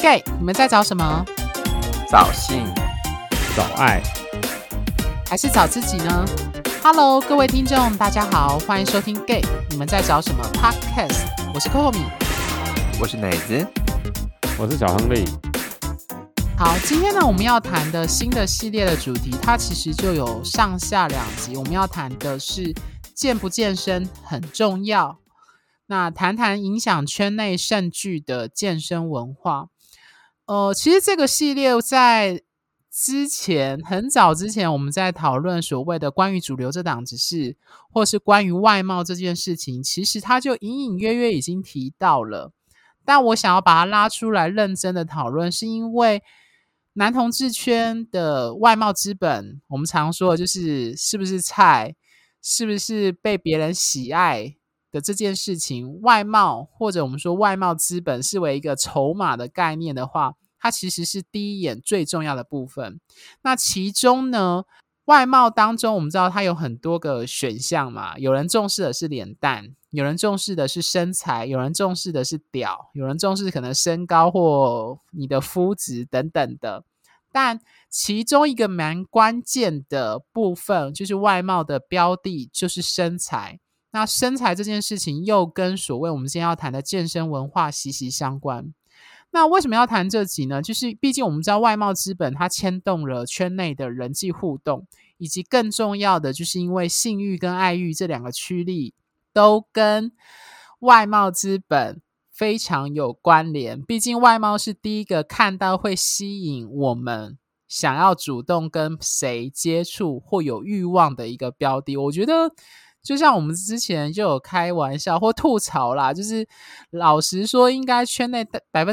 Gay， 你们在找什么？ 找性， 找爱， 还是找自己呢？ Hello， 各位听众，大家好，欢迎收听 Gay， 你们在找什么 Podcast？ 我是 Coco 米， 我是奶子， 我是小亨利。 好，今天呢，我们要谈的新的系列的主题，它其实就有上下两集。我们要谈的是健不健身很重要，那谈谈影响圈内甚巨的健身文化。其实这个系列在之前很早之前，我们在讨论所谓的关于主流这档子事，或是关于外貌这件事情，其实它就隐隐约约已经提到了。但我想要把它拉出来认真的讨论，是因为男同志圈的外貌资本，我们常说的就是是不是菜，是不是被别人喜爱的这件事情，外貌或者我们说外貌资本视为一个筹码的概念的话，它其实是第一眼最重要的部分。那其中呢，外貌当中我们知道它有很多个选项嘛，有人重视的是脸蛋，有人重视的是身材，有人重视的是屌，有人重视可能身高或你的肤质等等的。但其中一个蛮关键的部分就是外貌的标的就是身材。那身材这件事情又跟所谓我们今天要谈的健身文化息息相关。那为什么要谈这集呢？就是毕竟我们知道外貌资本它牵动了圈内的人际互动，以及更重要的就是因为性欲跟爱欲这两个驱力都跟外貌资本非常有关联。毕竟外貌是第一个看到会吸引我们想要主动跟谁接触或有欲望的一个标的。我觉得就像我们之前就有开玩笑或吐槽啦，就是老实说应该圈内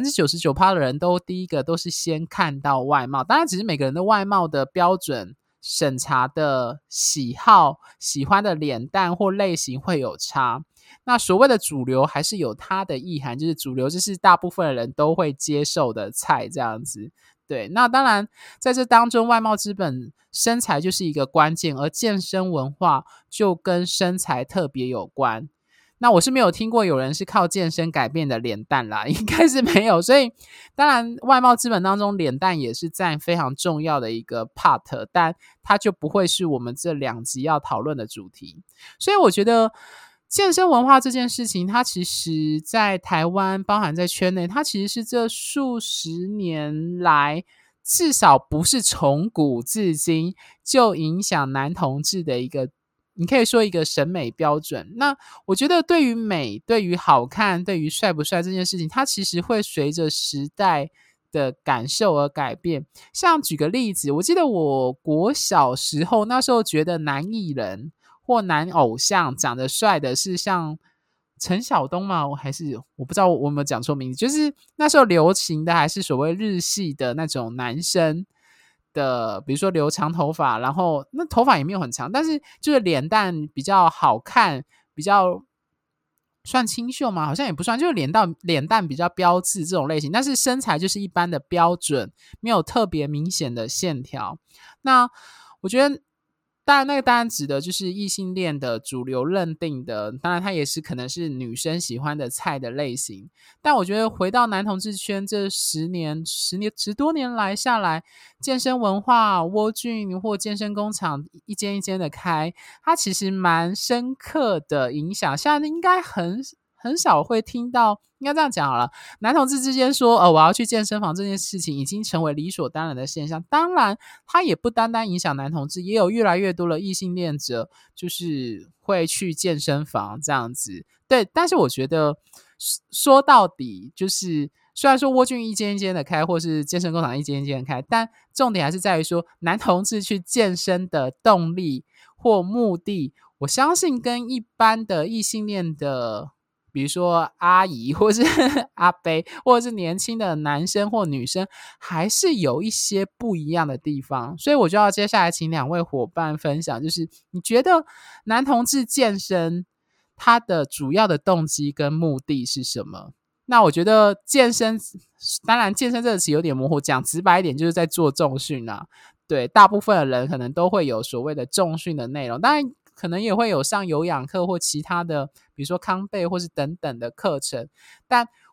99% 的人都第一个都是先看到外貌，当然只是每个人的外貌的标准审查的喜好喜欢的脸蛋或类型会有差。那所谓的主流还是有它的意涵，就是主流就是大部分的人都会接受的菜这样子。对，那当然在这当中外貌资本身材就是一个关键，而健身文化就跟身材特别有关。那我是没有听过有人是靠健身改变的脸蛋啦，应该是没有。所以当然外貌资本当中脸蛋也是占非常重要的一个 part， 但它就不会是我们这两集要讨论的主题。所以我觉得健身文化这件事情，它其实在台湾包含在圈内，它其实是这数十年来至少不是从古至今就影响男同志的一个，你可以说一个审美标准。那我觉得对于美，对于好看，对于帅不帅这件事情，它其实会随着时代的感受而改变。像举个例子，我记得我国小时候那时候觉得男艺人或男偶像长得帅的是像陈晓东吗？还是我不知道我有没有讲错名字，就是那时候流行的还是所谓日系的那种男生的，比如说留长头发，然后那头发也没有很长，但是就是脸蛋比较好看，比较算清秀吗？好像也不算，就是脸蛋比较标致这种类型，但是身材就是一般的标准，没有特别明显的线条。那我觉得当然那个当然指的就是异性恋的主流认定的，当然它也是可能是女生喜欢的菜的类型。但我觉得回到男同志圈这10多年来下来，健身文化窝菌或健身工厂一间一间的开，它其实蛮深刻的影响。现在应该很少会听到，应该这样讲好了，男同志之间说我要去健身房这件事情已经成为理所当然的现象。当然它也不单单影响男同志，也有越来越多的异性恋者就是会去健身房这样子。对，但是我觉得说到底就是虽然说窝菌一间一间的开，或是健身工厂一间一间的开，但重点还是在于说男同志去健身的动力或目的，我相信跟一般的异性恋的比如说阿姨或是阿伯或者是年轻的男生或女生还是有一些不一样的地方。所以我就要接下来请两位伙伴分享，就是你觉得男同志健身他的主要的动机跟目的是什么？那我觉得健身，当然健身这个词有点模糊，讲直白一点就是在做重训啊。对，大部分的人可能都会有所谓的重训的内容，当然可能也会有上有氧课或其他的比如说康贝或是等等的课程，但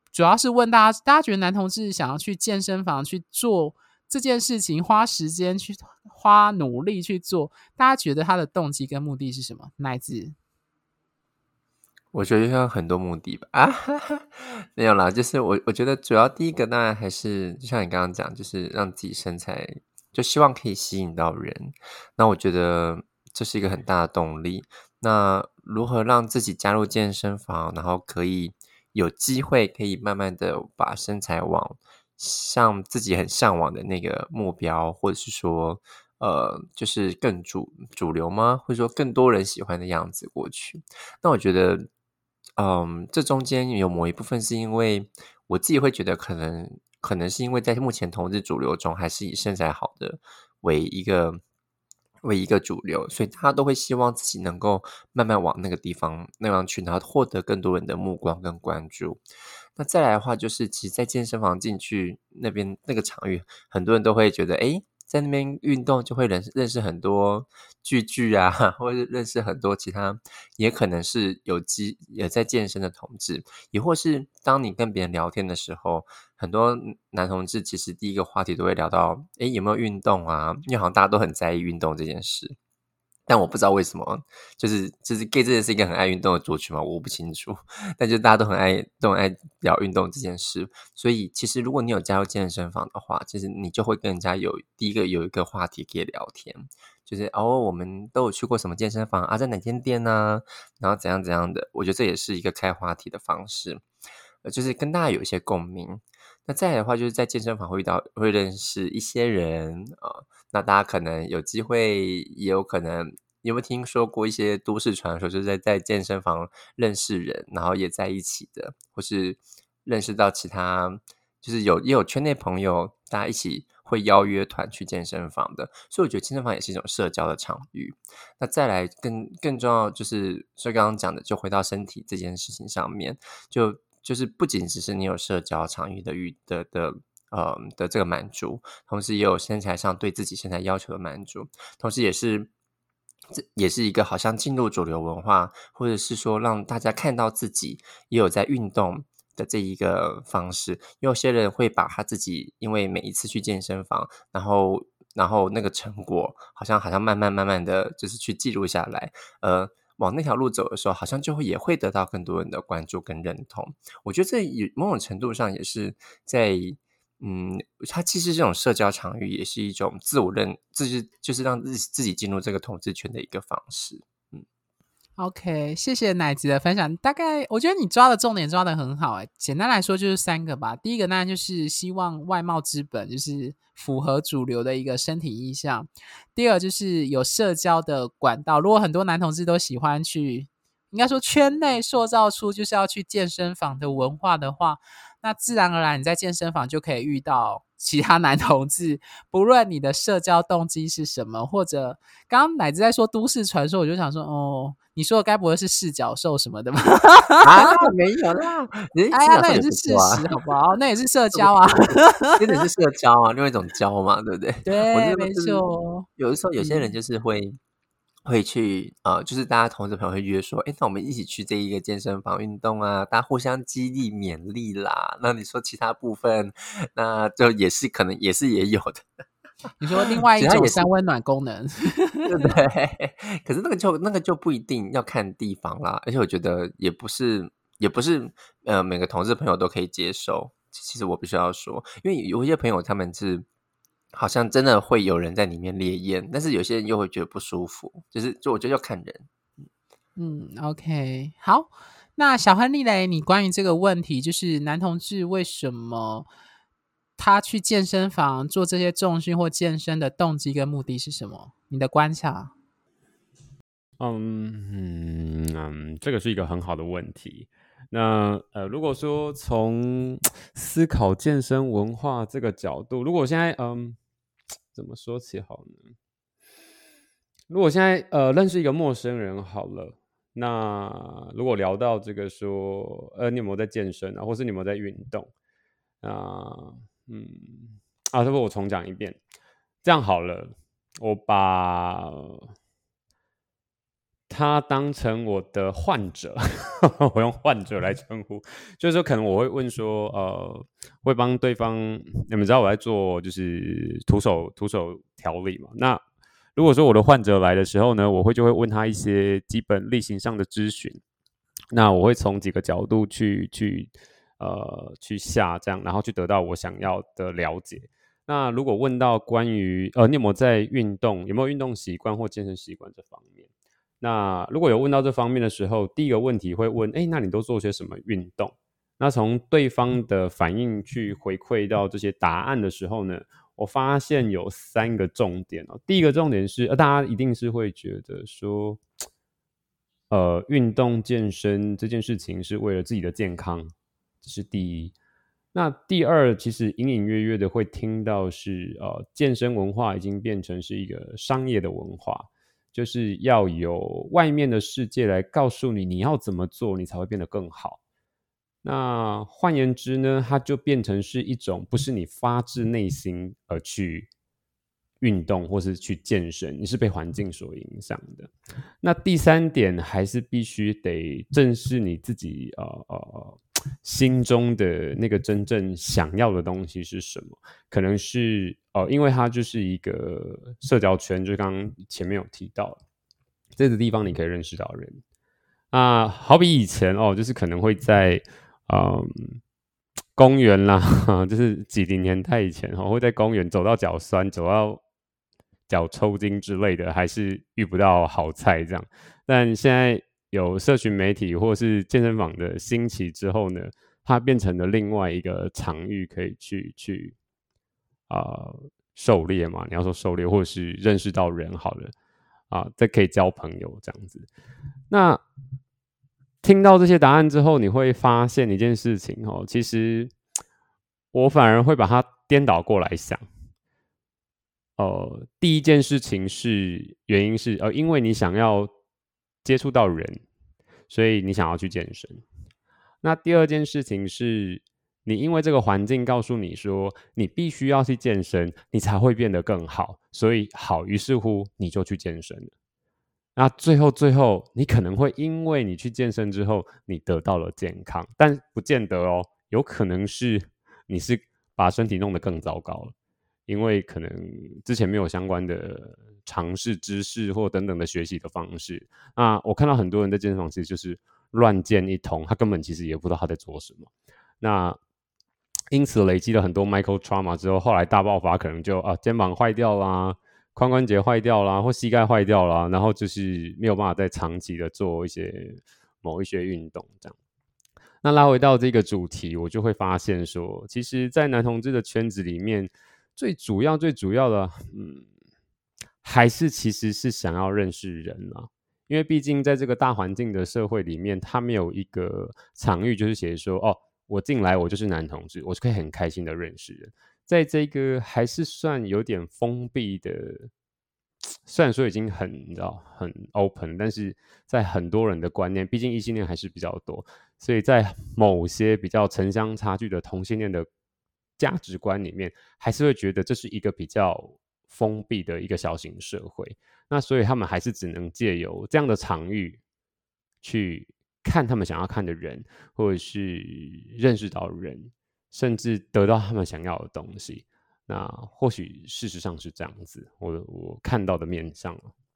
主要是问大家觉得男同志想要去健身房去做这件事情，花时间去花努力去做，大家觉得他的动机跟目的是什么？乃至我觉得要很多目的吧。没有啦，就是我觉得主要第一个当然还是就像你刚刚讲，就是让自己身材就希望可以吸引到人。那我觉得这是一个很大的动力。那如何让自己加入健身房，然后可以有机会可以慢慢的把身材往像自己很向往的那个目标，或者是说就是更主流吗？或者说更多人喜欢的样子过去。那我觉得这中间有某一部分是因为我自己会觉得可能是因为在目前同志主流中，还是以身材好的为一个主流，所以大家都会希望自己能够慢慢往那个地方去，然后获得更多人的目光跟关注。那再来的话，就是其实在健身房进去那边那个场域，很多人都会觉得在那边运动就会认识很多巨啊，或者是认识很多其他也可能是也在健身的同志，也或是当你跟别人聊天的时候，很多男同志其实第一个话题都会聊到有没有运动啊，因为好像大家都很在意运动这件事。但我不知道为什么，就是 gay 这件是一个很爱运动的族群嘛，我不清楚。但就大家都很爱聊运动这件事，所以其实如果你有加入健身房的话，其实你就会跟人家第一个有一个话题可以聊天，就是我们都有去过什么健身房啊，在哪间店啊，然后怎样怎样的，我觉得这也是一个开话题的方式，就是跟大家有一些共鸣。那再来的话，就是在健身房会认识一些人那大家可能有机会，也有可能有没有听说过一些都市传说，就是在健身房认识人，然后也在一起的，或是认识到其他，就是也有圈内朋友，大家一起会邀约团去健身房的。所以我觉得健身房也是一种社交的场域。那再来更重要，就是所以刚刚讲的，就回到身体这件事情上面，就是不仅只是你有社交场域的这个满足，同时也有身材上对自己身材要求的满足，同时这也是一个好像进入主流文化，或者是说让大家看到自己也有在运动的这一个方式。有些人会把他自己因为每一次去健身房，然后那个成果好像慢慢的就是去记录下来，往那条路走的时候，好像也会得到更多人的关注跟认同。我觉得这某种程度上也是在它其实这种社交场域也是一种就是让自己进入这个同志圈的一个方式。 OK，谢谢奶子的分享。大概我觉得你抓的重点抓得很好简单来说就是3个吧。第一个当然就是希望外貌之本就是符合主流的一个身体意象。第二就是有社交的管道。如果很多男同志都喜欢去，应该说圈内塑造出就是要去健身房的文化的话，那自然而然你在健身房就可以遇到其他男同志，不论你的社交动机是什么，或者刚刚乃至在说都市传说，我就想说你说的该不会是四角兽什么的吧？ 没有啦， 哎呀，那也是事实好不好？那也是社交啊。 真的是社交啊，另外一种交嘛，对不对？我对， 觉得没错。 有的时候有些人就是会去就是大家同事朋友会约说，那我们一起去这一个健身房运动啊，大家互相激励勉励啦。那你说其他部分，那就也是可能也有的。 你说另外一种三温暖功能， 对不对？可是那个就不一定要看地方啦，而且我觉得也不是每个同事朋友都可以接受。其实我必须要说，因为有一些朋友他们是好像真的会有人在里面烈焰，但是有些人又会觉得不舒服，就我觉得要看人。 OK， 好。那小亨利嘞，你关于这个问题，就是男同志为什么他去健身房做这些重训或健身的动机跟目的是什么？你的观察？ 这个是一个很好的问题。那如果说从思考健身文化这个角度，如果现在怎么说起好呢？如果现在认识一个陌生人好了，那如果聊到这个说你有没有在健身啊，或是你有没有在运动这个我重讲一遍，这样好了，我把他当成我的患者，我用患者来称呼，就是说可能我会问说，会帮对方，你们知道我在做就是徒手调理嘛？那如果说我的患者来的时候呢，我就会问他一些基本例行上的咨询，那我会从几个角度去下这样，然后去得到我想要的了解。那如果问到关于你有没有在运动，有没有运动习惯或健身习惯这方面，那如果有问到这方面的时候，第一个问题会问，那你都做些什么运动？那从对方的反应去回馈到这些答案的时候呢，我发现有3个重点哦。第一个重点是，大家一定是会觉得说，运动健身这件事情是为了自己的健康，这是第一。那第二，其实隐隐约约的会听到是，健身文化已经变成是一个商业的文化，就是要有外面的世界来告诉你你要怎么做，你才会变得更好。那换言之呢，它就变成是一种不是你发自内心而去运动或是去健身，你是被环境所影响的。那第3点还是必须得正视你自己心中的那个真正想要的东西是什么。可能是因为它就是一个社交圈，就刚刚前面有提到这个地方你可以认识到人啊，好比以前就是可能会在公园啦，就是90年代以前会在公园走到脚酸，走到脚抽筋之类的，还是遇不到好菜这样。但现在有社群媒体或是健身房的兴起之后呢，它变成了另外一个场域，可以去狩猎嘛？你要说狩猎，或者是认识到人好了这可以交朋友这样子。那听到这些答案之后，你会发现一件事情其实我反而会把它颠倒过来想。第一件事情是原因是因为你想要接触到人，所以你想要去健身。那第二件事情是你因为这个环境告诉你说你必须要去健身，你才会变得更好，所以于是乎你就去健身了。那最后你可能会因为你去健身之后你得到了健康，但不见得有可能是你是把身体弄得更糟糕了，因为可能之前没有相关的尝试知识或等等的学习的方式。那我看到很多人在健身房其实就是乱健一通，他根本其实也不知道他在做什么。那因此累积了很多 micro trauma 之后，后来大爆发可能就肩膀坏掉啦，髋关节坏掉啦，或膝盖坏掉啦，然后就是没有办法再长期的做某一些运动这样。那拉回到这个主题，我就会发现说，其实在男同志的圈子里面，最主要的还是其实是想要认识人啦。因为毕竟在这个大环境的社会里面，他没有一个场域就是写说我进来我就是男同志，我就可以很开心的认识人。在这个还是算有点封闭的，虽然说已经很open， 但是在很多人的观念，毕竟异性恋还是比较多，所以在某些比较城乡差距的同性恋的价值观里面，还是会觉得这是一个比较封闭的一个小型社会。那所以他们还是只能借由这样的场域去看他们想要看的人，或者是认识到人，甚至得到他们想要的东西。那或许事实上是这样子，我看到的面向。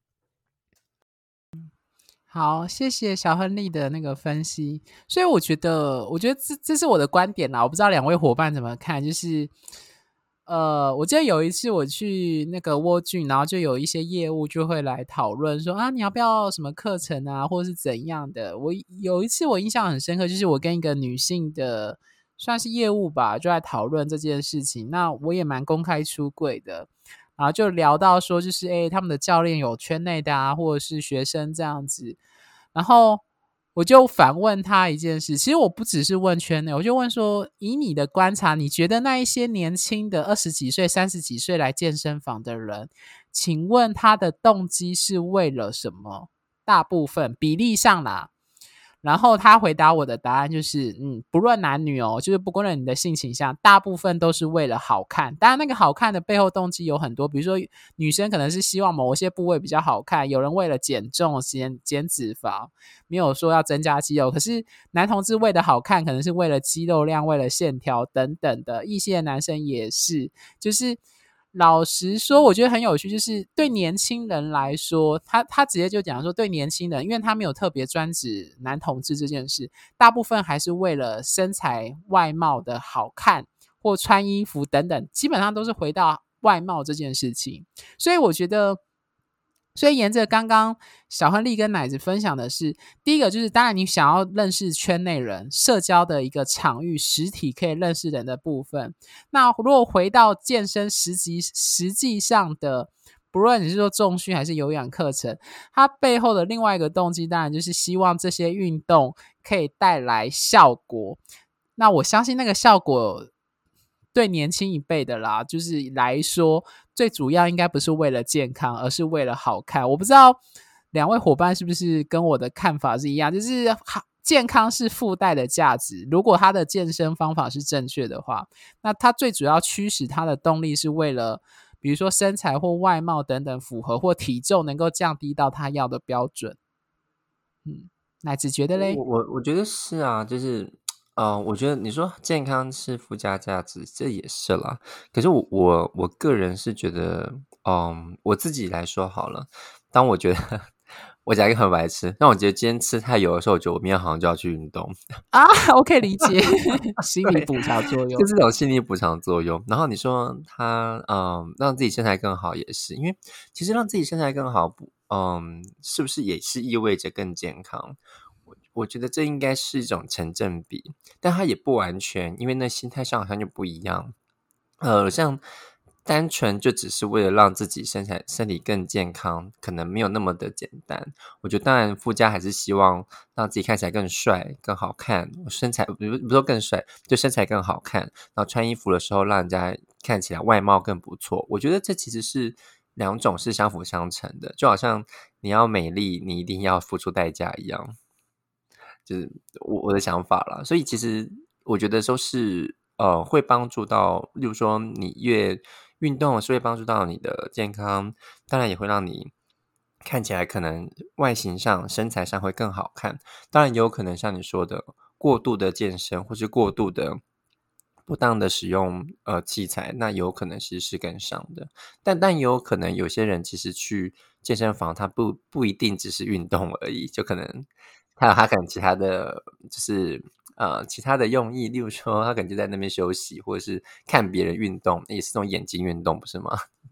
好，谢谢小亨利的那个分析。所以我觉得这是我的观点啦，我不知道2位伙伴怎么看。就是我记得有一次我去那个蜗郡，然后就有一些业务就会来讨论说你要不要什么课程啊，或者是怎样的。我有一次我印象很深刻，就是我跟一个女性的算是业务吧，就来讨论这件事情。那我也蛮公开出柜的，然后就聊到说就是他们的教练有圈内的啊，或者是学生这样子。然后我就反问他一件事，其实我不只是问圈内，我就问说，以你的观察，你觉得那一些年轻的20几岁、30几岁来健身房的人，请问他的动机是为了什么？大部分比例上啦， 然后他回答我的答案就是不论男女哦，就是不论你的性倾向，大部分都是为了好看。当然那个好看的背后动机有很多，比如说女生可能是希望某些部位比较好看，有人为了减重减脂肪，没有说要增加肌肉，可是男同志为了好看可能是为了肌肉量，为了线条等等的，异性的男生也是。就是老实说我觉得很有趣，就是对年轻人来说，他直接就讲说对年轻人，因为他没有特别专指男同志这件事，大部分还是为了身材外貌的好看或穿衣服等等，基本上都是回到外貌这件事情。所以我觉得，所以沿着刚刚小亨利跟奶子分享的是，第一个就是当然你想要认识圈内人，社交的一个场域，实体可以认识人的部分。那如果回到健身实际上的，不论你是说重训还是有氧课程，它背后的另外一个动机当然就是希望这些运动可以带来效果。那我相信那个效果对年轻一辈的啦，就是来说最主要应该不是为了健康，而是为了好看。我不知道两位伙伴是不是跟我的看法是一样，就是健康是附带的价值，如果他的健身方法是正确的话，那他最主要驱使他的动力是为了比如说身材或外貌等等符合，或体重能够降低到他要的标准。奶子觉得嘞？ 我觉得是啊，就是我觉得你说健康是附加价值，这也是啦。可是我个人是觉得，我自己来说好了，当我觉得我讲一个很白痴，但我觉得今天吃太油的时候，我觉得我明天好像就要去运动啊，我可以理解心理补偿作用， 就是这种心理补偿作用。然后你说他让自己身材更好也是，因为其实让自己身材更好，是不是也是意味着更健康？我觉得这应该是一种成正比，但它也不完全，因为那心态上好像就不一样。像单纯就只是为了让自己身体更健康，可能没有那么的简单。我觉得当然附加还是希望让自己看起来更帅、更好看，身材不说更帅，就身材更好看，然后穿衣服的时候让人家看起来外貌更不错。我觉得这其实是两种是相辅相成的，就好像你要美丽，你一定要付出代价一样。就是我的想法啦，所以其实我觉得都是会帮助到，例如说你越运动是会帮助到你的健康，当然也会让你看起来可能外形上身材上会更好看，当然也有可能像你说的过度的健身或是过度的不当的使用器材，那有可能其实是跟上的，但也有可能有些人其实去健身房他不一定只是运动而已，就可能他可能其他的就是其他的用意，例如说他可能就在那边休息，或者是看别人运动，也是这种眼睛运动，不是吗？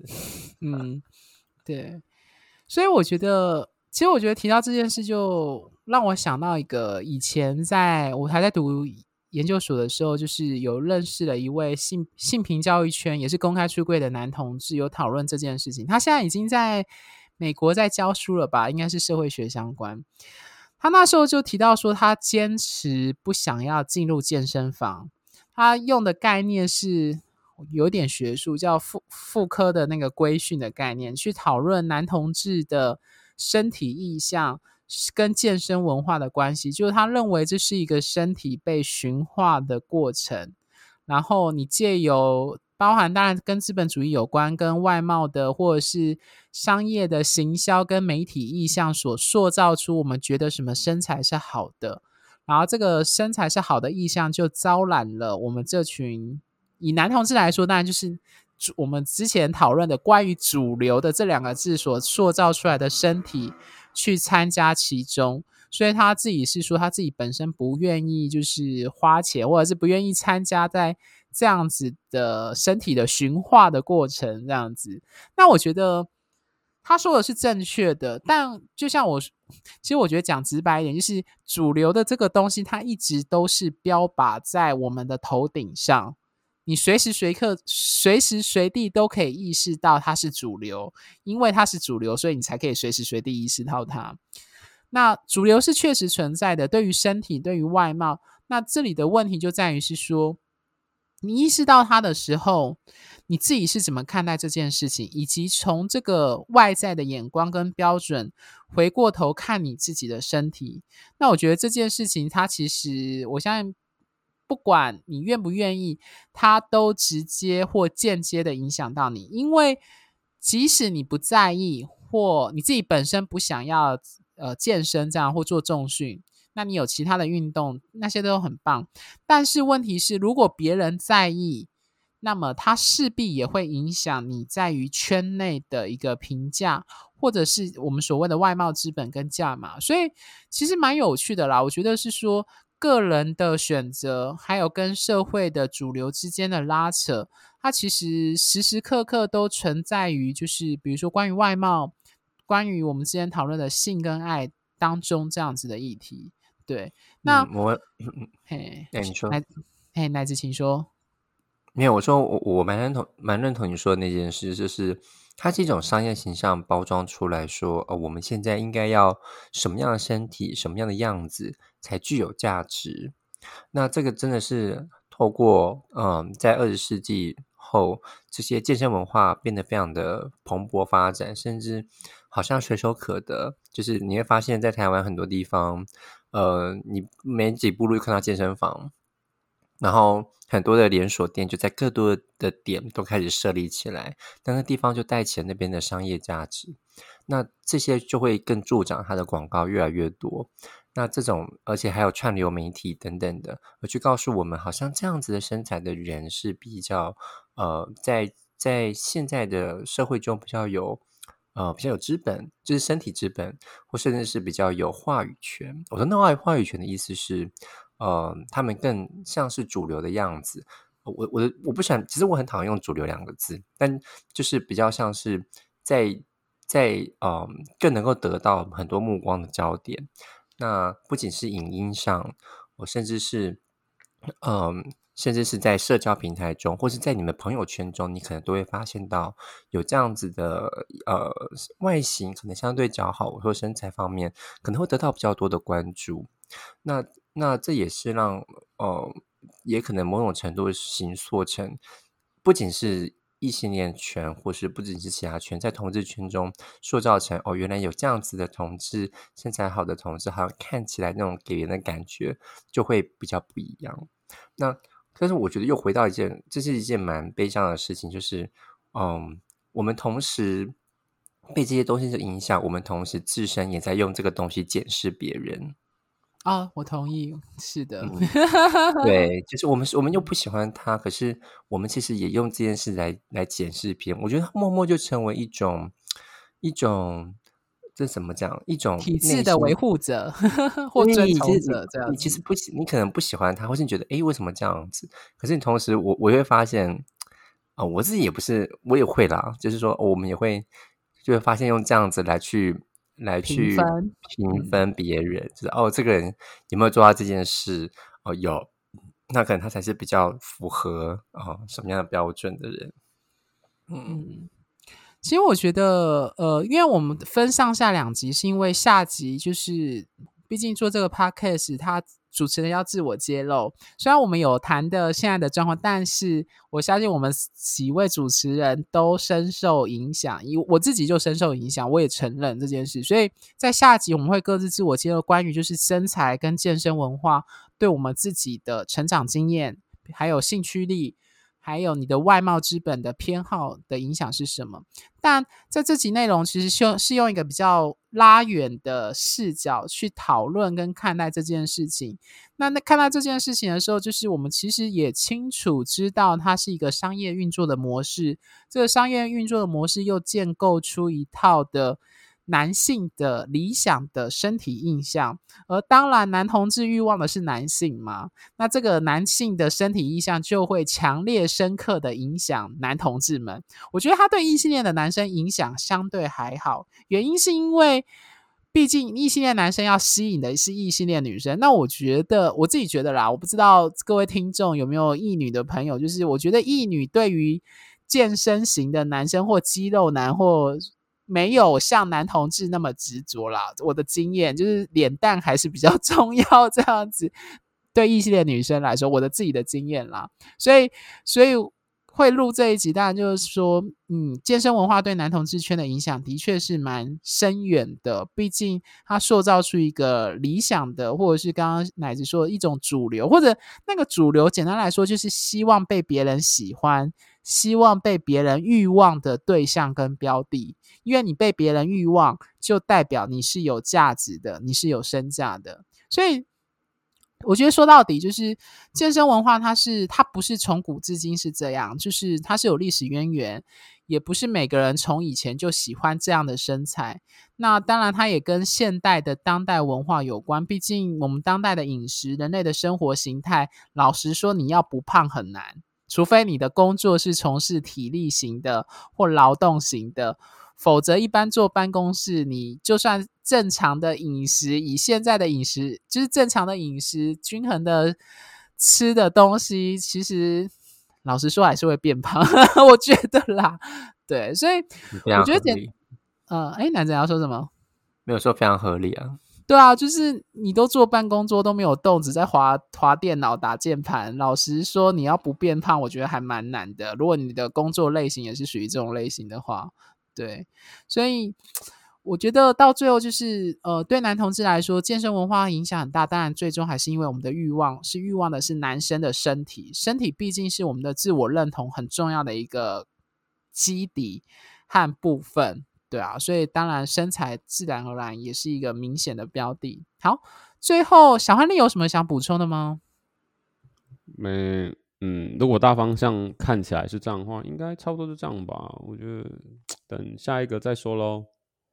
对，所以我觉得，其实我觉得提到这件事，就让我想到一个以前我还在读研究所的时候，就是有认识了一位性平教育圈也是公开出柜的男同志，有讨论这件事情。他现在已经在美国在教书了吧，应该是社会学相关。他那时候就提到说，他坚持不想要进入健身房，他用的概念是有点学术，叫妇科的那个规训的概念，去讨论男同志的身体意象跟健身文化的关系，就是他认为这是一个身体被驯化的过程，然后你借由包含当然跟资本主义有关，跟外貌的或者是商业的行销跟媒体意象所塑造出我们觉得什么身材是好的，然后这个身材是好的意象就招揽了我们这群，以男同志来说当然就是我们之前讨论的关于主流的这两个字所塑造出来的身体去参加其中，所以他自己是说他自己本身不愿意就是花钱，或者是不愿意参加在这样子的身体的驯化的过程这样子。那我觉得他说的是正确的，但就像其实我觉得讲直白一点，就是主流的这个东西它一直都是标靶在我们的头顶上，你随时随地都可以意识到它是主流，因为它是主流，所以你才可以随时随地意识到它。那主流是确实存在的，对于身体，对于外貌，那这里的问题就在于是说， 你意识到它的时候，你自己是怎么看待这件事情，以及从这个外在的眼光跟标准回过头看你自己的身体。那我觉得这件事情它其实我相信不管你愿不愿意，它都直接或间接的影响到你。因为即使你不在意，或你自己本身不想要健身这样或做重训，那你有其他的运动，那些都很棒。但是问题是，如果别人在意，那么它势必也会影响你在于圈内的一个评价，或者是我们所谓的外貌资本跟价码。所以其实蛮有趣的啦，我觉得是说个人的选择还有跟社会的主流之间的拉扯，它其实时时刻刻都存在于就是比如说关于外貌，关于我们之前讨论的性跟爱当中这样子的议题。对，那嘿， 你说， 乃子请说。 没有，我说我蛮认同你说的那件事，就是它是一种商业形象包装出来说，我们现在应该要什么样的身体，什么样的样子才具有价值。那这个真的是透过在20世纪后，这些健身文化变得非常的蓬勃发展，甚至好像随手可得。就是你会发现在台湾很多地方，你没几步路就看到健身房，然后很多的连锁店就在各多的点都开始设立起来，但那地方就带起了那边的商业价值。那这些就会更助长它的广告越来越多。那这种而且还有串流媒体等等的，而去告诉我们好像这样子的身材的人是比较在现在的社会中比较有资本，就是身体资本，或甚至是比较有话语权。我说那话语权的意思是他们更像是主流的样子。我不喜欢，其实我很讨厌用主流2个字，但就是比较像是在更能够得到很多目光的焦点。那不仅是影音上，我甚至是在社交平台中，或是在你们朋友圈中，你可能都会发现到有这样子的外形可能相对较好，或者说身材方面可能会得到比较多的关注。那这也是让也可能某种程度形塑成不仅是异性恋圈，或是不仅是其他圈，在同志圈中塑造成原来有这样子的同志，身材好的同志，好像看起来那种给人的感觉就会比较不一样。那但是我觉得又回到这是一件蛮悲伤的事情，就是我们同时被这些东西的影响，我们同时自身也在用这个东西检视别人。 我同意，是的。 对，就是我们又不喜欢他，可是我们其实也用这件事来检视别人。我觉得默默就成为一种这怎么讲？一种体制的维护者或遵从者这样子。 你其实你可能不喜欢他，或是你觉得为什么这样子？可是你同时我会发现我自己也不是，我也会啦，就是说我们也会就会发现用这样子来去评分别人，就是这个人有没有做到这件事？有，那可能他才是比较符合什么样的标准的人。 其实我觉得因为我们分上下2集，是因为下集就是毕竟做这个 podcast 它主持人要自我揭露，虽然我们有谈的现在的状况，但是我相信我们几位主持人都深受影响，我自己就深受影响，我也承认这件事。所以在下集我们会各自自我揭露关于就是身材跟健身文化对我们自己的成长经验，还有兴趣力，还有你的外貌资本的偏好的影响是什么。但在这集内容其实是用一个比较拉远的视角去讨论跟看待这件事情。那看待这件事情的时候，就是我们其实也清楚知道它是一个商业运作的模式，这个商业运作的模式又建构出一套的男性的理想的身体印象，而当然男同志欲望的是男性嘛，那这个男性的身体印象就会强烈深刻的影响男同志们。我觉得他对异性恋的男生影响相对还好，原因是因为毕竟异性恋男生要吸引的是异性恋女生。那我自己觉得啦，我不知道各位听众有没有异女的朋友，就是我觉得异女对于健身型的男生或肌肉男或没有像男同志那么执着啦，我的经验就是脸蛋还是比较重要这样子。 对异性恋女生来说，我的自己的经验啦，所以会录这一集，当然就是说，健身文化对男同志圈的影响的确是蛮深远的。毕竟它塑造出一个理想的，或者是刚刚乃子说的一种主流，或者那个主流，简单来说就是希望被别人喜欢，希望被别人欲望的对象跟标的。因为你被别人欲望，就代表你是有价值的，你是有身价的。所以我觉得说到底就是健身文化它不是从古至今是这样，就是它是有历史渊源，也不是每个人从以前就喜欢这样的身材。那当然它也跟现代的当代文化有关，毕竟我们当代的饮食，人类的生活形态，老实说你要不胖很难，除非你的工作是从事体力型的或劳动型的，否则一般坐办公室，你就算正常的饮食，以现在的饮食，就是正常的饮食，均衡的吃的东西，其实老实说还是会变胖，我觉得啦。对，所以我觉得男子要说什么？ 没有说非常合理啊。 对啊，就是你都坐办公桌都没有动，只在滑电脑打键盘。老实说，你要不变胖，我觉得还蛮难的。如果你的工作类型也是属于这种类型的话，对，所以我觉得到最后就是对男同志来说，健身文化影响很大。当然，最终还是因为我们的欲望的是男生的身体，身体毕竟是我们的自我认同很重要的一个基底和部分。对啊，所以当然身材自然而然也是一个明显的标的。好，最后小汉丽有什么想补充的吗？ 如果大方向看起来是这样的话，应该差不多就这样吧。我觉得等下一个再说咯。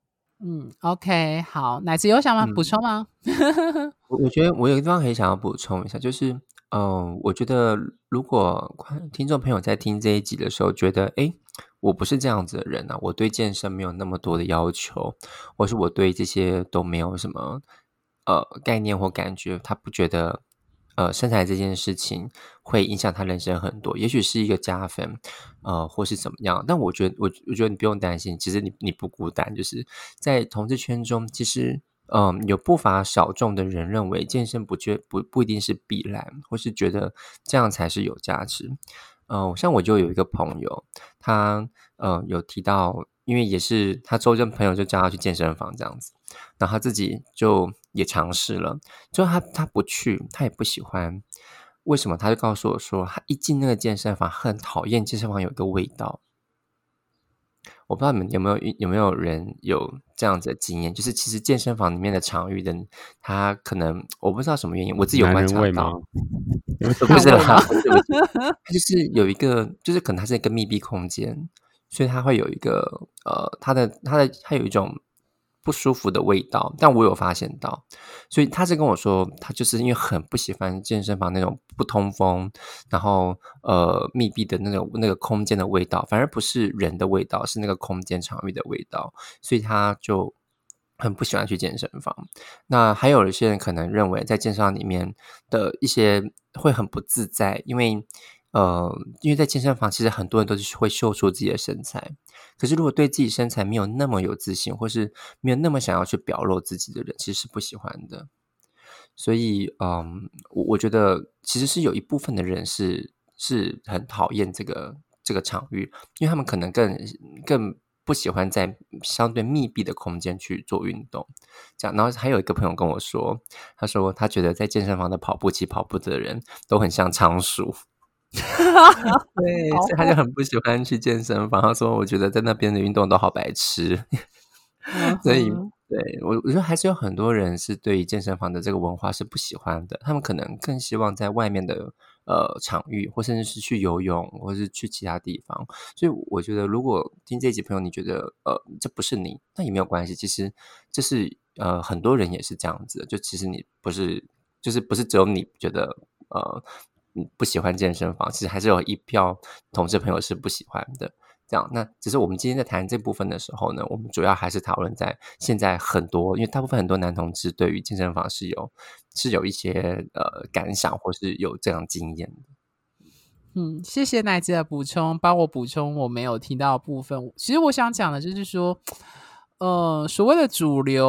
OK， 好，乃子有想补充吗？ 我觉得我有个地方很想要补充一下，就是我觉得如果听众朋友在听这一集的时候觉得我不是这样子的人啊，我对健身没有那么多的要求，或是我对这些都没有什么概念或感觉，他不觉得身材这件事情会影响他人生很多，也许是一个加分或是怎么样，但我觉得你不用担心，其实你不孤单，就是在同志圈中其实有不乏少众的人认为健身不一定是必然，或是觉得这样才是有价值。像我就有一个朋友，他有提到，因为也是他周边朋友就叫他去健身房这样子，然后他自己就也尝试了，就他不去，他也不喜欢。为什么？他就告诉我说，他一进那个健身房，很讨厌健身房有一个味道。我不知道你们有没有人有这样子的经验，就是其实健身房里面的场域的，他可能我不知道什么原因，我自己有观察到，不是啦，它就是有一个，就是可能它是一个密闭空间，所以它会有一个它有一种不舒服的味道，但我有发现到，所以他是跟我说，他就是因为很不喜欢健身房那种不通风，然后密闭的那个空间的味道，反而不是人的味道，是那个空间场域的味道，所以他就很不喜欢去健身房。那还有一些人可能认为在健身房里面的一些会很不自在，因为在健身房其实很多人都是会秀出自己的身材，可是如果对自己身材没有那么有自信，或是没有那么想要去表露自己的人，其实是不喜欢的。所以我觉得其实是有一部分的人是很讨厌这个场域，因为他们可能更不喜欢在相对密闭的空间去做运动，这样。然后还有一个朋友跟我说，他说他觉得在健身房的跑步机跑步的人都很像仓鼠。对，所以他就很不喜欢去健身房。他说：“我觉得在那边的运动都好白痴。”所以，对我觉得还是有很多人是对于健身房的这个文化是不喜欢的。他们可能更希望在外面的场域，或甚至是去游泳，或是去其他地方。所以，我觉得如果听这一集朋友你觉得这不是你，那也没有关系。其实这是很多人也是这样子的。就其实你不是只有你觉得你不喜欢健身房，其实还是有一票同志朋友是不喜欢的。这样，那只是我们今天在谈这部分的时候呢，我们主要还是讨论在现在因为大部分很多男同志对于健身房是有一些感想，或是有这样经验的。 谢谢乃子的补充，帮我补充我没有提到的部分。其实我想讲的就是说，所谓的主流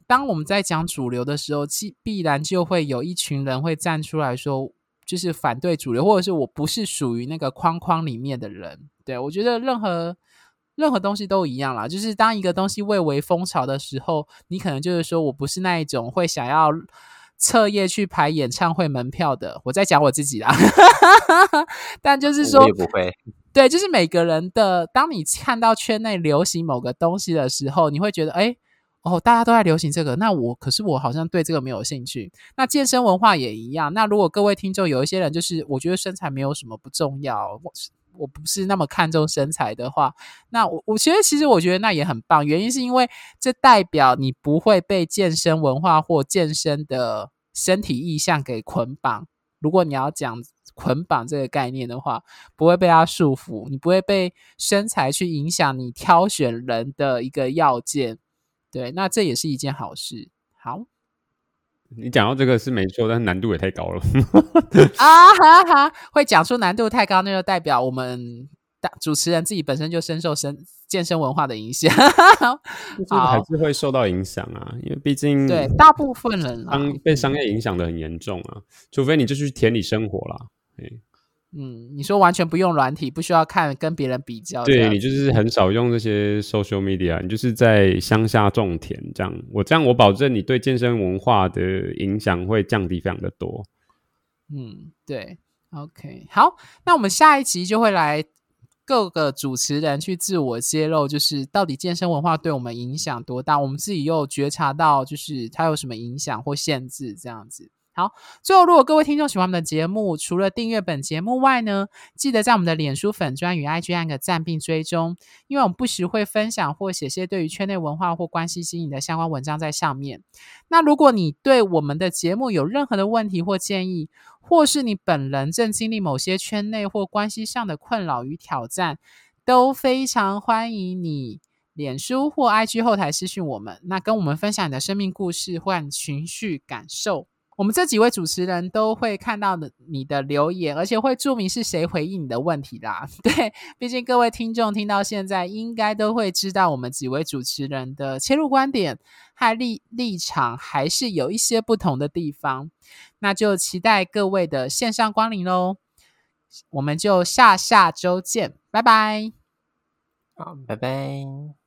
当我们在讲主流的时候，必然就会有一群人会站出来说，就是反对主流，或者是我不是属于那个框框里面的人。对，我觉得任何东西都一样啦，就是当一个东西蔚为风潮的时候，你可能就是说我不是那一种会想要彻夜去排演唱会门票的，我在讲我自己啦但就是说我也不会。 对，就是每个人的，当你看到圈内流行某个东西的时候，你会觉得大家都在流行这个，那可是我好像对这个没有兴趣。那健身文化也一样，那如果各位听众有一些人就是我觉得身材没有什么不重要，我不是那么看重身材的话，那我觉得其实我觉得那也很棒，原因是因为这代表你不会被健身文化或健身的身体意象给捆绑。如果你要讲捆绑这个概念的话，不会被它束缚，你不会被身材去影响你挑选人的一个要件。对，那这也是一件好事。好你讲到这个是没错，但是难度也太高了会讲出难度太高，那就代表我们主持人自己本身就深受健身文化的影响就是还是会受到影响啊，因为毕竟对大部分人啦被商业影响的很严重啊，除非你就去田里生活啦。 你说完全不用软体，不需要看跟别人比较， 对，你就是很少用这些 social media， 你就是在乡下种田这样。我保证你对健身文化的影响会降低非常的多。 对 ，OK， 好，那我们下一集就会来各个主持人去自我揭露，就是到底健身文化对我们影响多大，我们自己又有觉察到就是它有什么影响或限制这样子。好，最后如果各位听众喜欢我们的节目，除了订阅本节目外呢，记得在我们的脸书粉专与 IG 按个赞并追踪，因为我们不时会分享或写些对于圈内文化或关系经营的相关文章在上面。那如果你对我们的节目有任何的问题或建议，或是你本人正经历某些圈内或关系上的困扰与挑战，都非常欢迎你脸书或 IG 后台私讯我们，那跟我们分享你的生命故事或你情绪感受。我们这几位主持人都会看到你的留言，而且会注明是谁回应你的问题啦。对，毕竟各位听众听到现在应该都会知道我们几位主持人的切入观点和立场还是有一些不同的地方，那就期待各位的线上光临咯。我们就下周见，拜拜。 好，拜拜。